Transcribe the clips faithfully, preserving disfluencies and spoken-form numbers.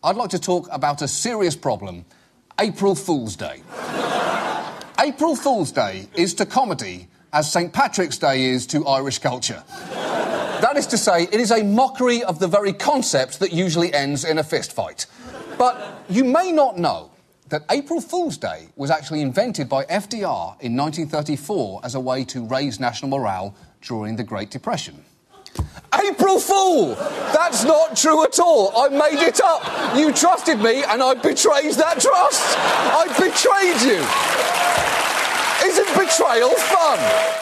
I'd like to talk about a serious problem, April Fool's Day. April Fool's Day is to comedy as Saint Patrick's Day is to Irish culture. That is to say, it is a mockery of the very concept that usually ends in a fist fight. But you may not know that April Fool's Day was actually invented by F D R in nineteen thirty-four as a way to raise national morale during the Great Depression. April Fool! That's not true at all. I made it up. You trusted me and I betrayed that trust. I betrayed you. Isn't betrayal fun?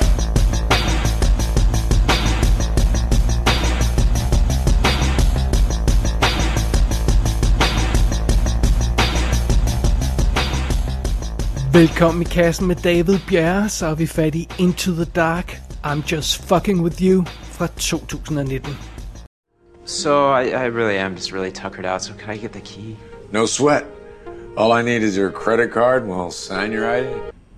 Velkommen i kassen med David Bjerre, så er vi fat i Into the Dark, I'm Just Fucking With You fra to tusind nitten. So I, I really am just really tuckered out, so can I get the key? No sweat. All I need is your credit card and we'll sign your I D.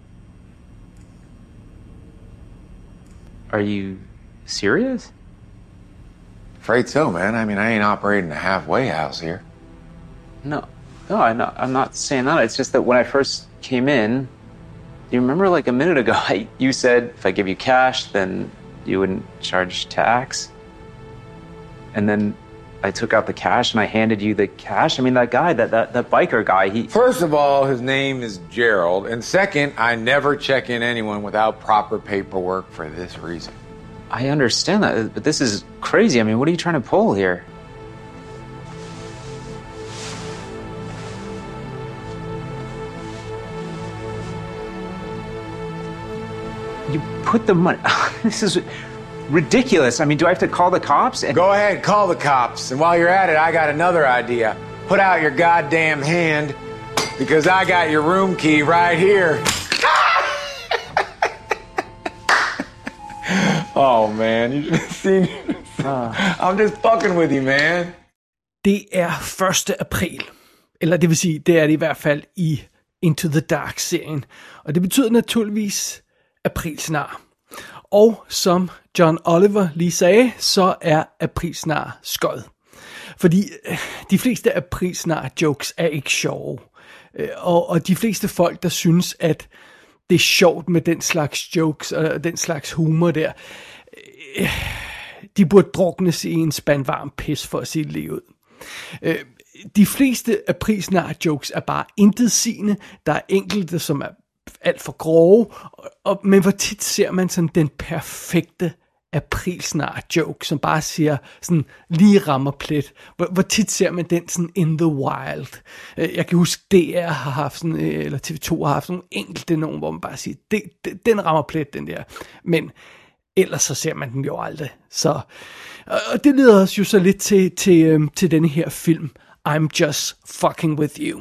Are you serious? Afraid so, man. I mean, I ain't operating a halfway house here. No. No, I'm not, I'm not saying that. It's just that when I first came in, do you remember like a minute ago, I, you said if I give you cash, then you wouldn't charge tax? And then I took out the cash and I handed you the cash. I mean, that guy, that, that, that biker guy, he... First of all, his name is Gerald. And second, I never check in anyone without proper paperwork for this reason. I understand that, but this is crazy. I mean, what are you trying to pull here? You put the money... This is ridiculous. I mean, do I have to call the cops? And... Go ahead, call the cops. And while you're at it, I got another idea. Put out your goddamn hand, because I got your room key right here. Oh, man, you should have seen it. I'm just fucking with you, man. Det er første april. Eller det vil sige, det er det i hvert fald i Into the Dark-serien. Og det betyder naturligvis aprilsnar. Og som John Oliver lige sagde, så er aprilsnar skød. Fordi de fleste aprilsnar-jokes er ikke sjove. Og, og de fleste folk, der synes, at det er sjovt med den slags jokes og den slags humor der, de burde druknes i en spand varm pis for at sige det lige ud. De fleste aprilsnar-jokes er bare intetsigende. Der er enkelte, som er alt for grove, og, men hvor tit ser man sådan den perfekte aprilsnar-joke, som bare siger sådan lige rammer plet. Hvor, hvor tit ser man den sådan in the wild. Jeg kan huske, D R har haft sådan, eller T V to har haft sådan nogle enkelte nogen, hvor man bare siger, det, det, den rammer plet, den der. Men ellers så ser man den jo aldrig. Så, og det leder os jo så lidt til, til, til denne her film, I'm Just Fucking With You.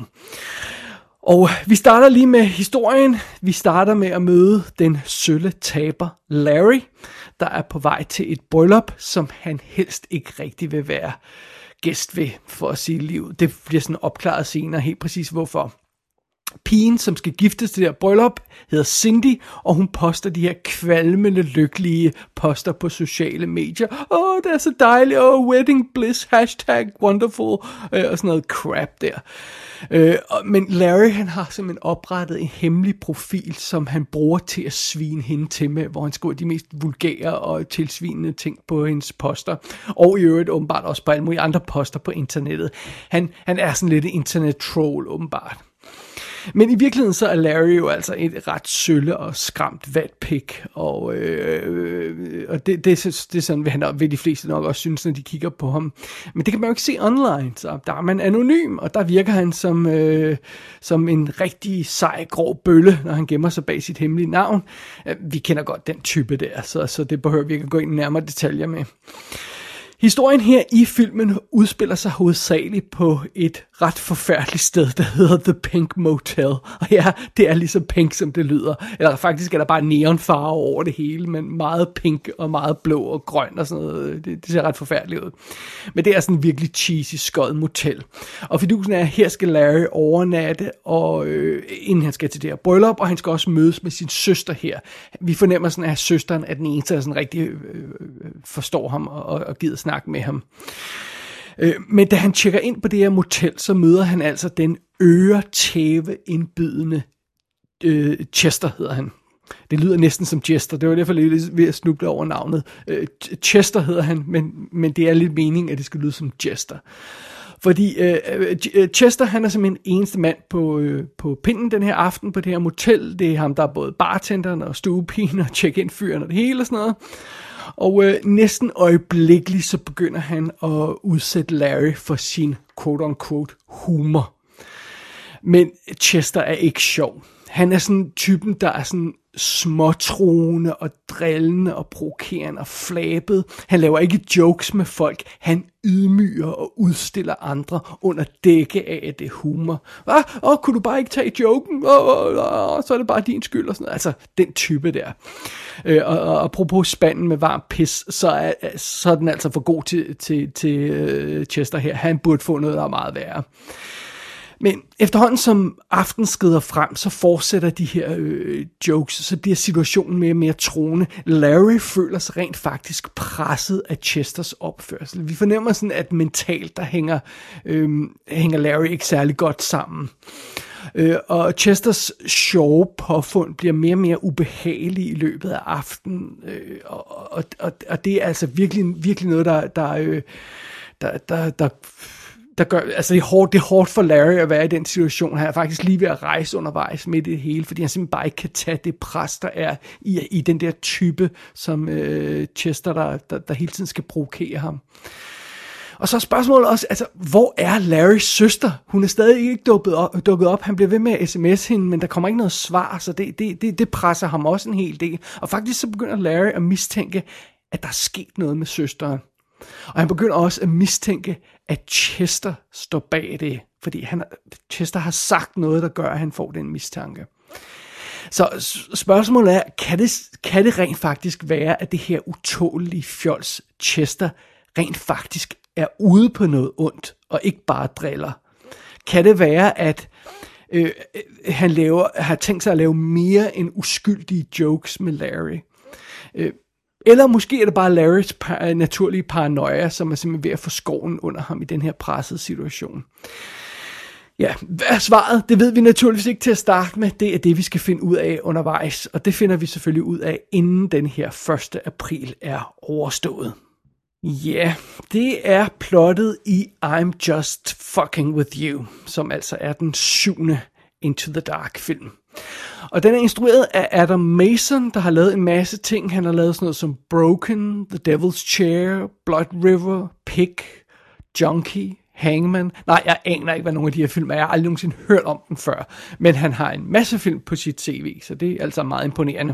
Og vi starter lige med historien. Vi starter med at møde den sølle taber Larry, der er på vej til et bryllup, som han helst ikke rigtig vil være gæst ved, for at sige livet. Det bliver sådan opklaret senere helt præcis hvorfor. Pigen, som skal giftes til det her bryllup, hedder Cindy, og hun poster de her kvalmende, lykkelige poster på sociale medier. Åh, oh, det er så dejligt. Åh, oh, wedding bliss, hashtag wonderful, øh, og sådan noget crap der. Øh, men Larry, han har simpelthen oprettet en hemmelig profil, som han bruger til at svine hende til med, hvor han skriver de mest vulgære og tilsvinende ting på hendes poster. Og i øvrigt åbenbart også på alle mulige andre poster på internettet. Han, han er sådan lidt en internet-troll åbenbart. Men i virkeligheden så er Larry jo altså et ret sølle og skræmt vatpik, og, øh, og det, det, det er sådan, han vil de fleste nok også synes, når de kigger på ham. Men det kan man jo ikke se online, så der er man anonym, og der virker han som, øh, som en rigtig sej, grå bølle, når han gemmer sig bag sit hemmelige navn. Vi kender godt den type der, så, så det behøver vi ikke at gå ind i nærmere detaljer med. Historien her i filmen udspiller sig hovedsageligt på et ret forfærdeligt sted, der hedder The Pink Motel. Og ja, det er ligesom pink, som det lyder. Eller faktisk er der bare neonfarve over det hele, men meget pink og meget blå og grøn og sådan noget. Det, det ser ret forfærdeligt ud. Men det er sådan en virkelig cheesy skød motel. Og fidusen er, at her skal Larry overnatte, og, øh, inden han skal til det her bryllup, og han skal også mødes med sin søster her. Vi fornemmer sådan, at søsteren er den eneste, der sådan rigtig øh, forstår ham og, og gider snakke med ham. Øh, men da han tjekker ind på det her motel, så møder han altså den øretæveindbydende øh, Chester, hedder han. Det lyder næsten som Chester, det var derfor lidt ved at snuble over navnet. Øh, Chester hedder han, men, men det er lidt meningen, at det skal lyde som Chester. Fordi øh, Chester, han er simpelthen eneste mand på, øh, på pinden den her aften på det her motel. Det er ham, der er både bartenderen og stuepigen og check-in-fyren og det hele og sådan noget. Og øh, næsten øjeblikkeligt så begynder han at udsætte Larry for sin quote-unquote humor. Men Chester er ikke sjov. Han er sådan typen, der er sådan småtroende og drillende og provokerende og flabet. Han laver ikke jokes med folk. Han ydmyger og udstiller andre under dække af, at det er humor. Hvad? Åh, kunne du bare ikke tage joken? Åh, åh, åh, så er det bare din skyld og sådan noget. Altså, den type der. Øh, og, og apropos spanden med varm pis, så er, så er den altså for god til, til, til uh, Chester her. Han burde få noget, der er meget værre. Men efterhånden som aftenen skrider frem, så fortsætter de her øh, jokes, så bliver situationen mere og mere truende. Larry føler sig rent faktisk presset af Chesters opførsel. Vi fornemmer sådan, at mentalt der hænger, øh, hænger Larry ikke særlig godt sammen. Øh, og Chesters sjove påfund bliver mere og mere ubehagelig i løbet af aftenen. Øh, og, og, og, og det er altså virkelig, virkelig noget, der... der, øh, der, der, der Der gør, altså det er, hårdt, det er hårdt for Larry at være i den situation. Han er faktisk lige ved at rejse undervejs midt i det hele, fordi han simpelthen bare ikke kan tage det pres, der er i, i den der type, som øh, Chester, der, der, der hele tiden skal provokere ham. Og så er spørgsmålet også, altså, hvor er Larrys søster? Hun er stadig ikke dukket op. Dukket op. Han bliver ved med at sms hende, men der kommer ikke noget svar, så det, det, det, det presser ham også en hel del. Og faktisk så begynder Larry at mistænke, at der er sket noget med søsteren. Og han begynder også at mistænke, at Chester står bag det, fordi han, Chester har sagt noget, der gør, at han får den mistanke. Så spørgsmålet er, kan det, kan det rent faktisk være, at det her utålige fjols Chester rent faktisk er ude på noget ondt, og ikke bare driller? Kan det være, at øh, han laver, har tænkt sig at lave mere end uskyldige jokes med Larry? Øh, Eller måske er det bare Larrys par- naturlige paranoia, som er simpelthen ved at få skoven under ham i den her pressede situation. Ja, hvad er svaret? Det ved vi naturligvis ikke til at starte med. Det er det, vi skal finde ud af undervejs. Og det finder vi selvfølgelig ud af, inden den her første april er overstået. Ja, det er plottet i I'm Just Fucking With You, som altså er den syvende Into the Dark film. Og den er instrueret af Adam Mason, der har lavet en masse ting. Han har lavet sådan noget som Broken, The Devil's Chair, Blood River, Pig, Junkie, Hangman. Nej, jeg aner ikke, hvad nogle af de her film er. Jeg har aldrig nogensinde hørt om den før. Men han har en masse film på sit C V, så det er altså meget imponerende.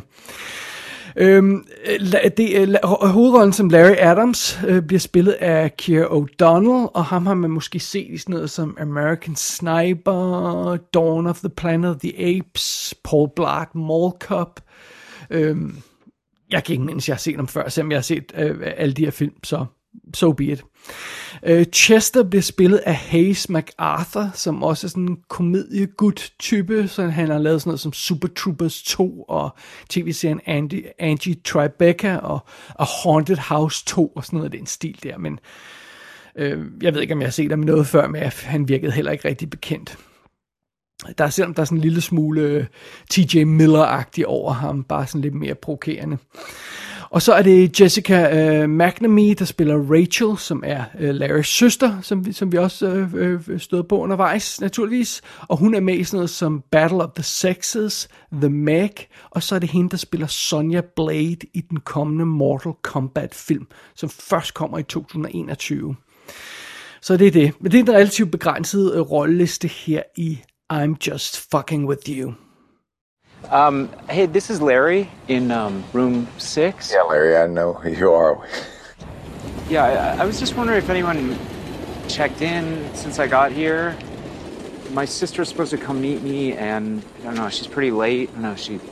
Øhm, det, hovedrollen som Larry Adams øh, bliver spillet af Keir O'Donnell, og ham har man måske set i sådan noget som American Sniper, Dawn of the Planet of the Apes, Paul Blart Mall Cop. Øhm, jeg kan ikke mindst, jeg har set dem før, selvom jeg har set øh, alle de her film, så so be it. Uh, Chester bliver spillet af Hayes MacArthur, som også er sådan en komediegud-type, så han har lavet sådan noget som Super Troopers to og tv-serien Angie, Angie Tribeca og, og Haunted House to og sådan noget af den stil der, men uh, jeg ved ikke, om jeg har set ham i noget før, men han virkede heller ikke rigtig bekendt. Der er selvom der er sådan en lille smule uh, T J Miller-agtig over ham, bare sådan lidt mere provokerende. Og så er det Jessica uh, McNamee, der spiller Rachel, som er uh, Larrys søster, som vi, som vi også uh, uh, stod på undervejs, naturligvis. Og hun er med i sådan noget som Battle of the Sexes, The Meg, og så er det hende, der spiller Sonya Blade i den kommende Mortal Kombat-film, som først kommer i to tusind og enogtyve. Så det er det. Men det er en relativt begrænset uh, rolleliste her i I'm Just Fucking With You. Um, hey, this is Larry in um, room six. Yeah, Larry, I know who you are. Yeah, I, I was just wondering if anyone checked in since I got here. My sister's supposed to come meet me, and I don't know, she's pretty late. I don't know if she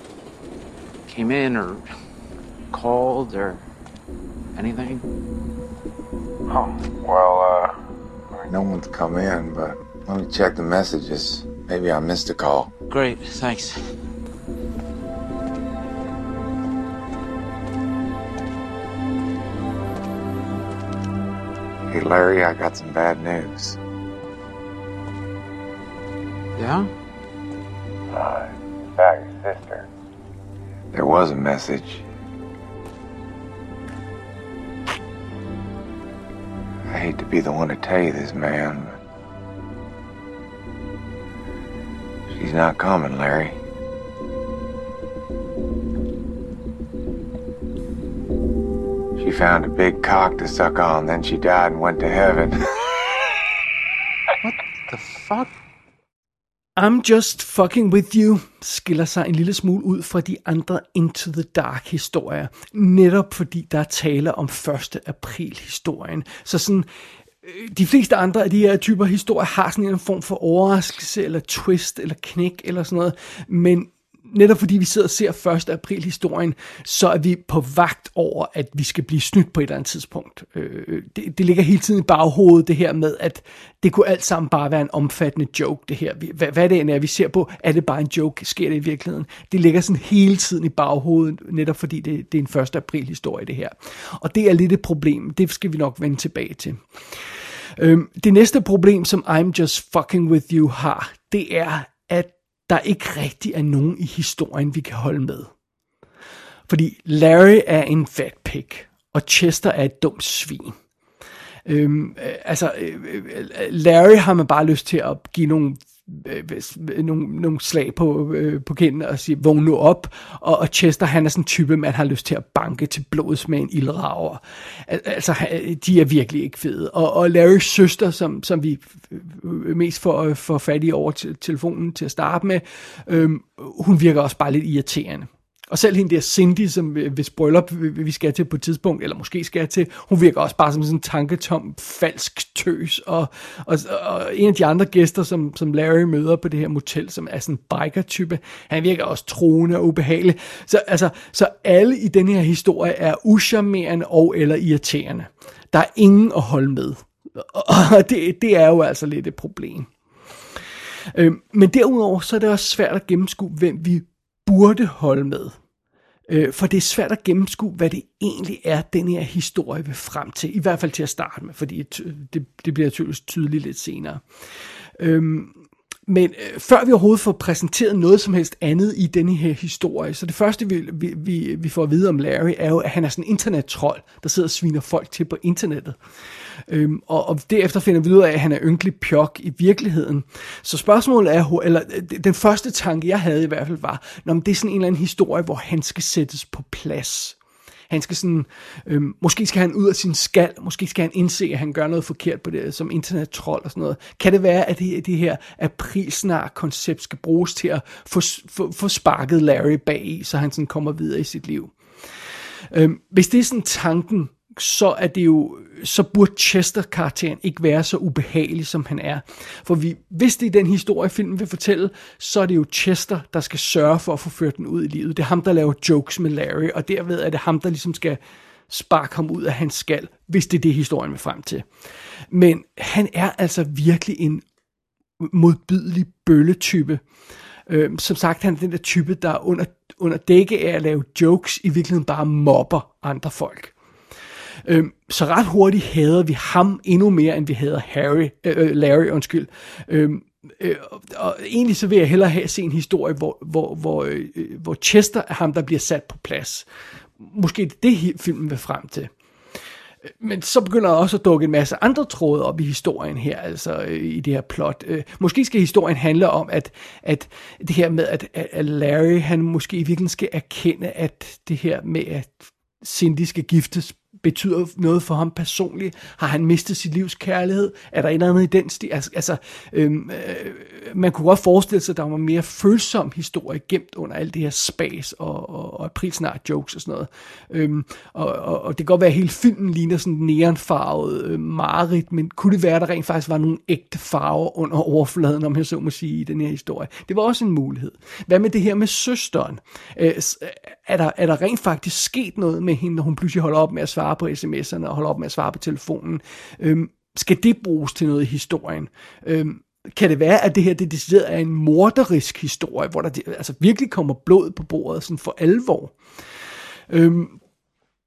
came in or called or anything. Oh, well, uh, no one's come in, but let me check the messages. Maybe I missed a call. Great, thanks. Hey, Larry, I got some bad news. Yeah? Uh, about your sister. There was a message. I hate to be the one to tell you this, man, but she's not coming, Larry. She found a big cock to suck on, then she died and went to heaven. What the fuck? I'm Just Fucking With You skiller sig en lille smule ud fra de andre Into the Dark historier, netop fordi der er tale om første april historien. Så sådan, de fleste andre af de her typer historier har sådan en form for overraskelse, eller twist, eller knæk, eller sådan noget, men netop fordi vi sidder og ser første april historien, så er vi på vagt over, at vi skal blive snydt på et eller andet tidspunkt. Øh, det, det ligger hele tiden i baghovedet, det her med, at det kunne alt sammen bare være en omfattende joke, det her. Hvad, hvad det end er, vi ser på, er det bare en joke? Sker det i virkeligheden? Det ligger sådan hele tiden i baghovedet, netop fordi det, det er en første april historie, det her. Og det er lidt et problem. Det skal vi nok vende tilbage til. Øh, det næste problem, som I'm Just Fucking With You har, det er, at der ikke rigtig er nogen i historien, vi kan holde med. Fordi Larry er en fat pig, og Chester er et dumt svin. Øhm, øh, altså, øh, Larry har man bare lyst til at give nogle, øh, nogle, nogle slag på, øh, på kinden og sige, vågn nu op. Og, og Chester, han er sådan en type, man har lyst til at banke til blods med en ildrager. Al- altså, de er virkelig ikke fede. Og, og Larrys søster, som, som vi mest får, får fat i over til telefonen til at starte med, øhm, hun virker også bare lidt irriterende. Og selv hende der Cindy, som hvis bryllup vi skal til på et tidspunkt, eller måske skal til, hun virker også bare som sådan en tanketom, falsk tøs. Og, og, og en af de andre gæster, som, som Larry møder på det her motel, som er sådan en biker-type, han virker også troende og ubehagelig. Så, altså, så alle i den her historie er uscharmerende og eller irriterende. Der er ingen at holde med. Og det, det er jo altså lidt et problem. Øh, men derudover så er det også svært at gennemskue, hvem vi burde holde med. Øh, for det er svært at gennemskue, hvad det egentlig er, den her historie vil frem til. I hvert fald til at starte med, fordi det, det bliver tydeligt, tydeligt lidt senere. Øh, Men øh, før vi overhovedet får præsenteret noget som helst andet i denne her historie, så det første vi, vi, vi får at vide om Larry, er jo, at han er sådan en internettrold, der sidder og sviner folk til på internettet. Øhm, og, og derefter finder vi ud af, at han er ynkelig pjok i virkeligheden. Så spørgsmålet er, eller den første tanke jeg havde i hvert fald var, når det er sådan en eller anden historie, hvor han skal sættes på plads. Han skal sådan, øhm, måske skal han ud af sin skal, måske skal han indse, at han gør noget forkert på det, som internettrold og sådan noget. Kan det være, at det, det her aprilsnar-koncept skal bruges til at få, få, få sparket Larry bag i, så han sådan kommer videre i sit liv? Øhm, hvis det er sådan tanken, så er det jo, så burde Chester-karakteren ikke være så ubehagelig, som han er. For vi, hvis det er den historie, filmen vil fortælle, så er det jo Chester, der skal sørge for at få ført den ud i livet. Det er ham, der laver jokes med Larry, og derved er det ham, der ligesom skal sparke ham ud af hans skal, hvis det er det, historien vil frem til. Men han er altså virkelig en modbydelig bølletype. Øhm, som sagt, han er den der type, der under, under dække af at lave jokes, i virkeligheden bare mobber andre folk. Øhm, så ret hurtigt hader vi ham endnu mere, end vi hader Harry, øh, Larry, undskyld. Øhm, øh, og egentlig så vil jeg hellere have se en historie, hvor, hvor, hvor, øh, hvor Chester er ham, der bliver sat på plads. Måske det er det, filmen vil frem til. Men så begynder der også at dukke en masse andre tråde op i historien her, altså øh, i det her plot. Øh, måske skal historien handle om, at, at det her med, at, at Larry, han måske i virkeligheden skal erkende, at det her med, at Cindy skal giftes, betyder noget for ham personligt. Har han mistet sit livs kærlighed? Er der et eller andet i den stil? Altså, øhm, øh, man kunne godt forestille sig, at der var mere følsom historie gemt under alt det her spas og, og, og aprilsnart jokes og sådan noget. Øhm, og, og, og det kan godt være, at hele filmen ligner sådan en neonfarvet øh, mareridt, men kunne det være, at der rent faktisk var nogle ægte farver under overfladen, om jeg så må sige, i den her historie? Det var også en mulighed. Hvad med det her med søsteren? Øh, er, der, er der rent faktisk sket noget med hende, når hun pludselig holder op med at svare på sms'erne og holder op med at svare på telefonen? Øhm, skal det bruges til noget i historien? Øhm, kan det være, at det her det decideret er en morderisk historie, hvor der altså virkelig kommer blod på bordet sådan for alvor? Øhm,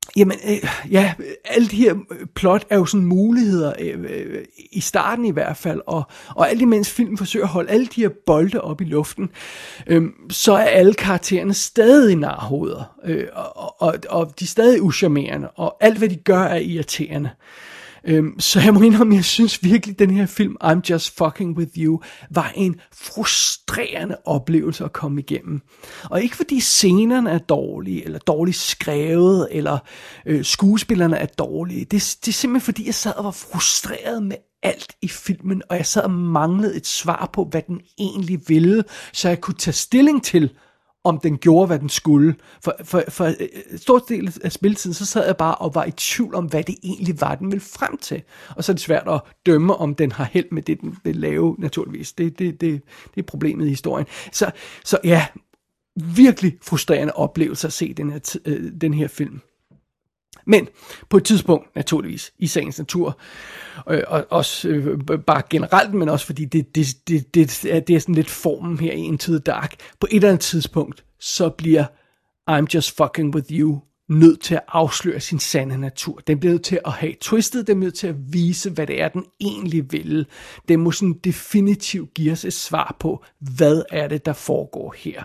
Jamen, øh, ja, alle de her plot er jo sådan muligheder, øh, øh, i starten i hvert fald, og, og alt imens filmen forsøger at holde alle de her bolde op i luften, øh, så er alle karaktererne stadig narhoveder, øh, og, og, og de er stadig uschammerende, og alt hvad de gør er irriterende. Øhm, så jeg må indrømme, jeg synes virkelig, at den her film, I'm Just Fucking With You, var en frustrerende oplevelse at komme igennem. Og ikke fordi scenerne er dårlige, eller dårligt skrevet, eller øh, skuespillerne er dårlige. Det, det er simpelthen fordi, jeg sad og var frustreret med alt i filmen, og jeg sad og manglede et svar på, hvad den egentlig ville, så jeg kunne tage stilling til, om den gjorde, hvad den skulle. For, for, for et stort del af spilletiden, så sad jeg bare og var i tvivl om, hvad det egentlig var, den ville frem til. Og så er det svært at dømme, om den har held med det, den vil lave, naturligvis. Det, det, det, det er problemet i historien. Så, så ja, virkelig frustrerende oplevelse at se den her, øh, den her film. Men på et tidspunkt, naturligvis, i sagens natur, øh, og også øh, bare generelt, men også fordi det, det, det, det, er, det er sådan lidt formen her i Into the Dark. På et eller andet tidspunkt, så bliver I'm Just Fucking With You nødt til at afsløre sin sande natur. Den bliver nødt til at have twistet, den bliver nødt til at vise, hvad det er, den egentlig vil. Den må sådan definitivt give os et svar på, hvad er det, der foregår her.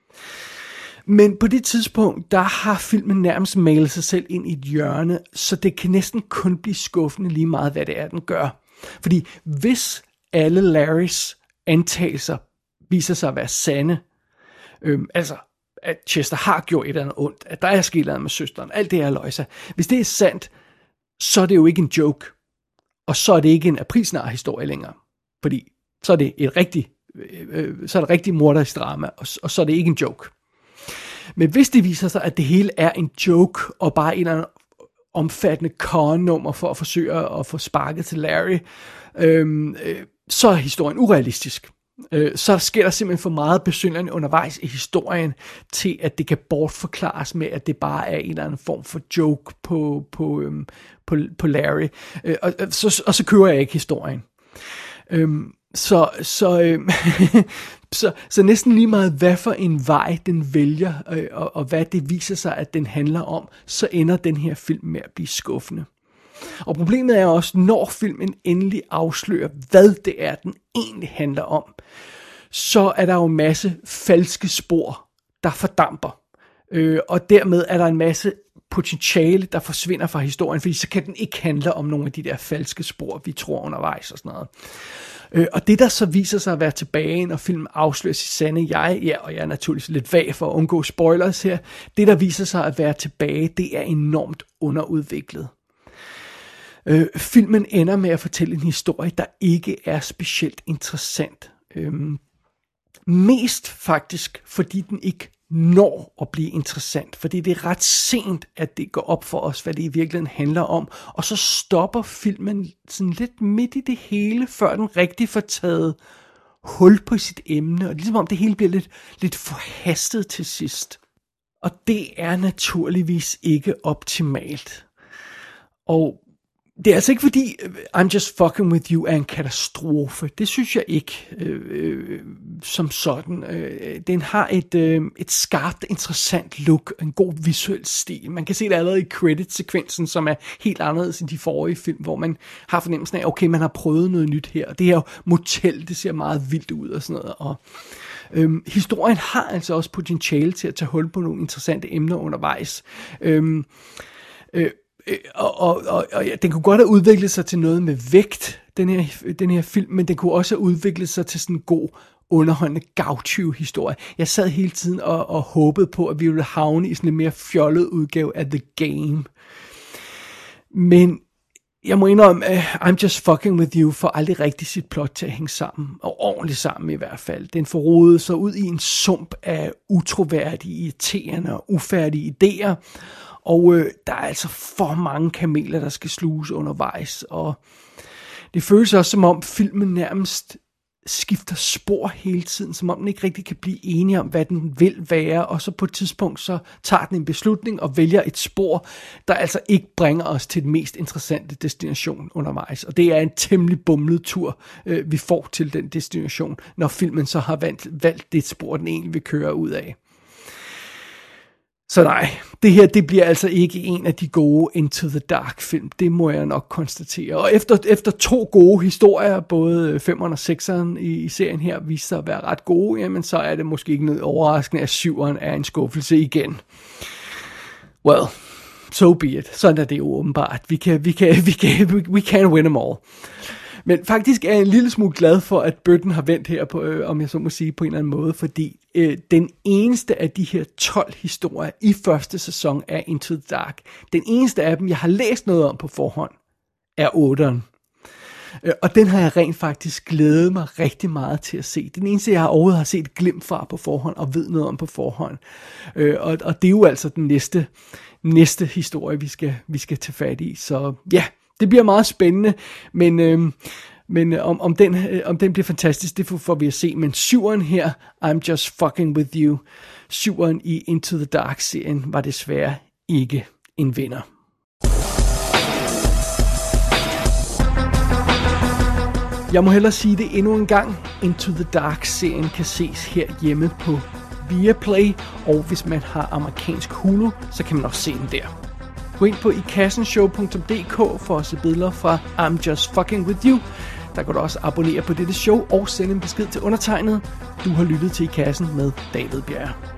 Men på det tidspunkt, der har filmen nærmest malet sig selv ind i et hjørne, så det kan næsten kun blive skuffende lige meget, hvad det er, den gør. Fordi hvis alle Larrys antagelser viser sig at være sande, øhm, altså at Chester har gjort et eller andet ondt, at der er sket noget med søsteren, alt det er løjser. Hvis det er sandt, så er det jo ikke en joke, og så er det ikke en aprilsnar-historie længere. Fordi så er det et rigtigt, øh, så er det rigtig morderisk drama, og, og så er det ikke en joke. Men hvis det viser sig, at det hele er en joke, og bare en eller anden omfattende con-nummer for at forsøge at få sparket til Larry, øhm, øh, så er historien urealistisk. Øh, så sker der simpelthen for meget besynderligt undervejs i historien, til at det kan bortforklares med, at det bare er en eller anden form for joke på, på, øhm, på, på Larry. Øh, og, så, og så kører jeg ikke historien. Øhm, så, så, øhm, så, så næsten lige meget, hvad for en vej den vælger, øh, og, og hvad det viser sig, at den handler om, så ender den her film med at blive skuffende. Og problemet er også, når filmen endelig afslører, hvad det er, den egentlig handler om, så er der jo en masse falske spor, der fordamper. Øh, og dermed er der en masse potentiale, der forsvinder fra historien, fordi så kan den ikke handle om nogle af de der falske spor, vi tror undervejs og sådan noget. Øh, og det, der så viser sig at være tilbage, når filmen afslører sit sande jeg, ja, og jeg er naturligvis lidt vag for at undgå spoilers her, det, der viser sig at være tilbage, det er enormt underudviklet. Øh, filmen ender med at fortælle en historie, der ikke er specielt interessant. Øh, mest faktisk, fordi den ikke når at blive interessant, fordi det er ret sent, at det går op for os, hvad det i virkeligheden handler om, og så stopper filmen sådan lidt midt i det hele, før den rigtig får taget hul på sit emne, og ligesom om det hele bliver lidt, lidt forhastet til sidst. Og det er naturligvis ikke optimalt. Og det er altså ikke fordi I'm Just Fucking With You er en katastrofe. Det synes jeg ikke øh, øh, som sådan. Øh, den har et, øh, et skarpt, interessant look, en god visuel stil. Man kan se det allerede i credit-sekvensen, som er helt anderledes end de forrige film, hvor man har fornemmelsen af, okay, man har prøvet noget nyt her. Og det her motel, det ser meget vildt ud og sådan noget. Og øhm, historien har altså også potentiale til at tage hul på nogle interessante emner undervejs. Øhm, øh, Og, og, og, og ja, den kunne godt have udviklet sig til noget med vægt, den her, den her film, men den kunne også have udviklet sig til sådan en god, underholdende gavtyve-historie. Jeg sad hele tiden og, og håbede på, at vi ville havne i sådan en mere fjollet udgave af The Game. Men jeg må indrømme, at I'm Just Fucking With You får aldrig rigtig sit plot til at hænge sammen, og ordentligt sammen i hvert fald. Den får rodet sig ud i en sump af utroværdige, irriterende og ufærdige idéer, og øh, der er altså for mange kameler, der skal sluges undervejs, og det føles også som om filmen nærmest skifter spor hele tiden, som om den ikke rigtig kan blive enige om, hvad den vil være, og så på et tidspunkt, så tager den en beslutning og vælger et spor, der altså ikke bringer os til den mest interessante destination undervejs, og det er en temmelig bumlet tur, øh, vi får til den destination, når filmen så har valgt, valgt det spor, den egentlig vil køre ud af. Så nej, det her, det bliver altså ikke en af de gode Into the Dark film, det må jeg nok konstatere. Og efter, efter to gode historier, både femeren og sekseren i, i serien her, viste sig at være ret gode, jamen så er det måske ikke noget overraskende, at syveren er en skuffelse igen. Well, so be it. Sådan er det jo åbenbart. Vi kan, vi kan, vi kan, we can't win them all. Men faktisk er jeg en lille smule glad for, at Burton har vendt her, på, øh, om jeg så må sige, på en eller anden måde, fordi øh, den eneste af de her tolv historier i første sæson af Into the Dark, den eneste af dem, jeg har læst noget om på forhånd, er otteren. Øh, og den har jeg rent faktisk glædet mig rigtig meget til at se. Den eneste, jeg har overhovedet har set glimt fra på forhånd, og ved noget om på forhånd. Øh, og, og det er jo altså den næste, næste historie, vi skal, vi skal tage fat i. Så ja, det bliver meget spændende, men, øh, men om, om, den, øh, om den bliver fantastisk, det får vi at se. Men syveren her, I'm Just Fucking With You, syveren i Into the Dark-serien, var desværre ikke en vinder. Jeg må hellere sige det endnu en gang. Into the Dark-serien kan ses herhjemme på Viaplay, og hvis man har amerikansk Hulu, så kan man også se den der. Gå ind på i kassen show punktum d k for at se billeder fra I'm Just Fucking With You. Der kan du også abonnere på dette show og sende en besked til undertegnet. Du har lyttet til I Kassen med David Bjerre.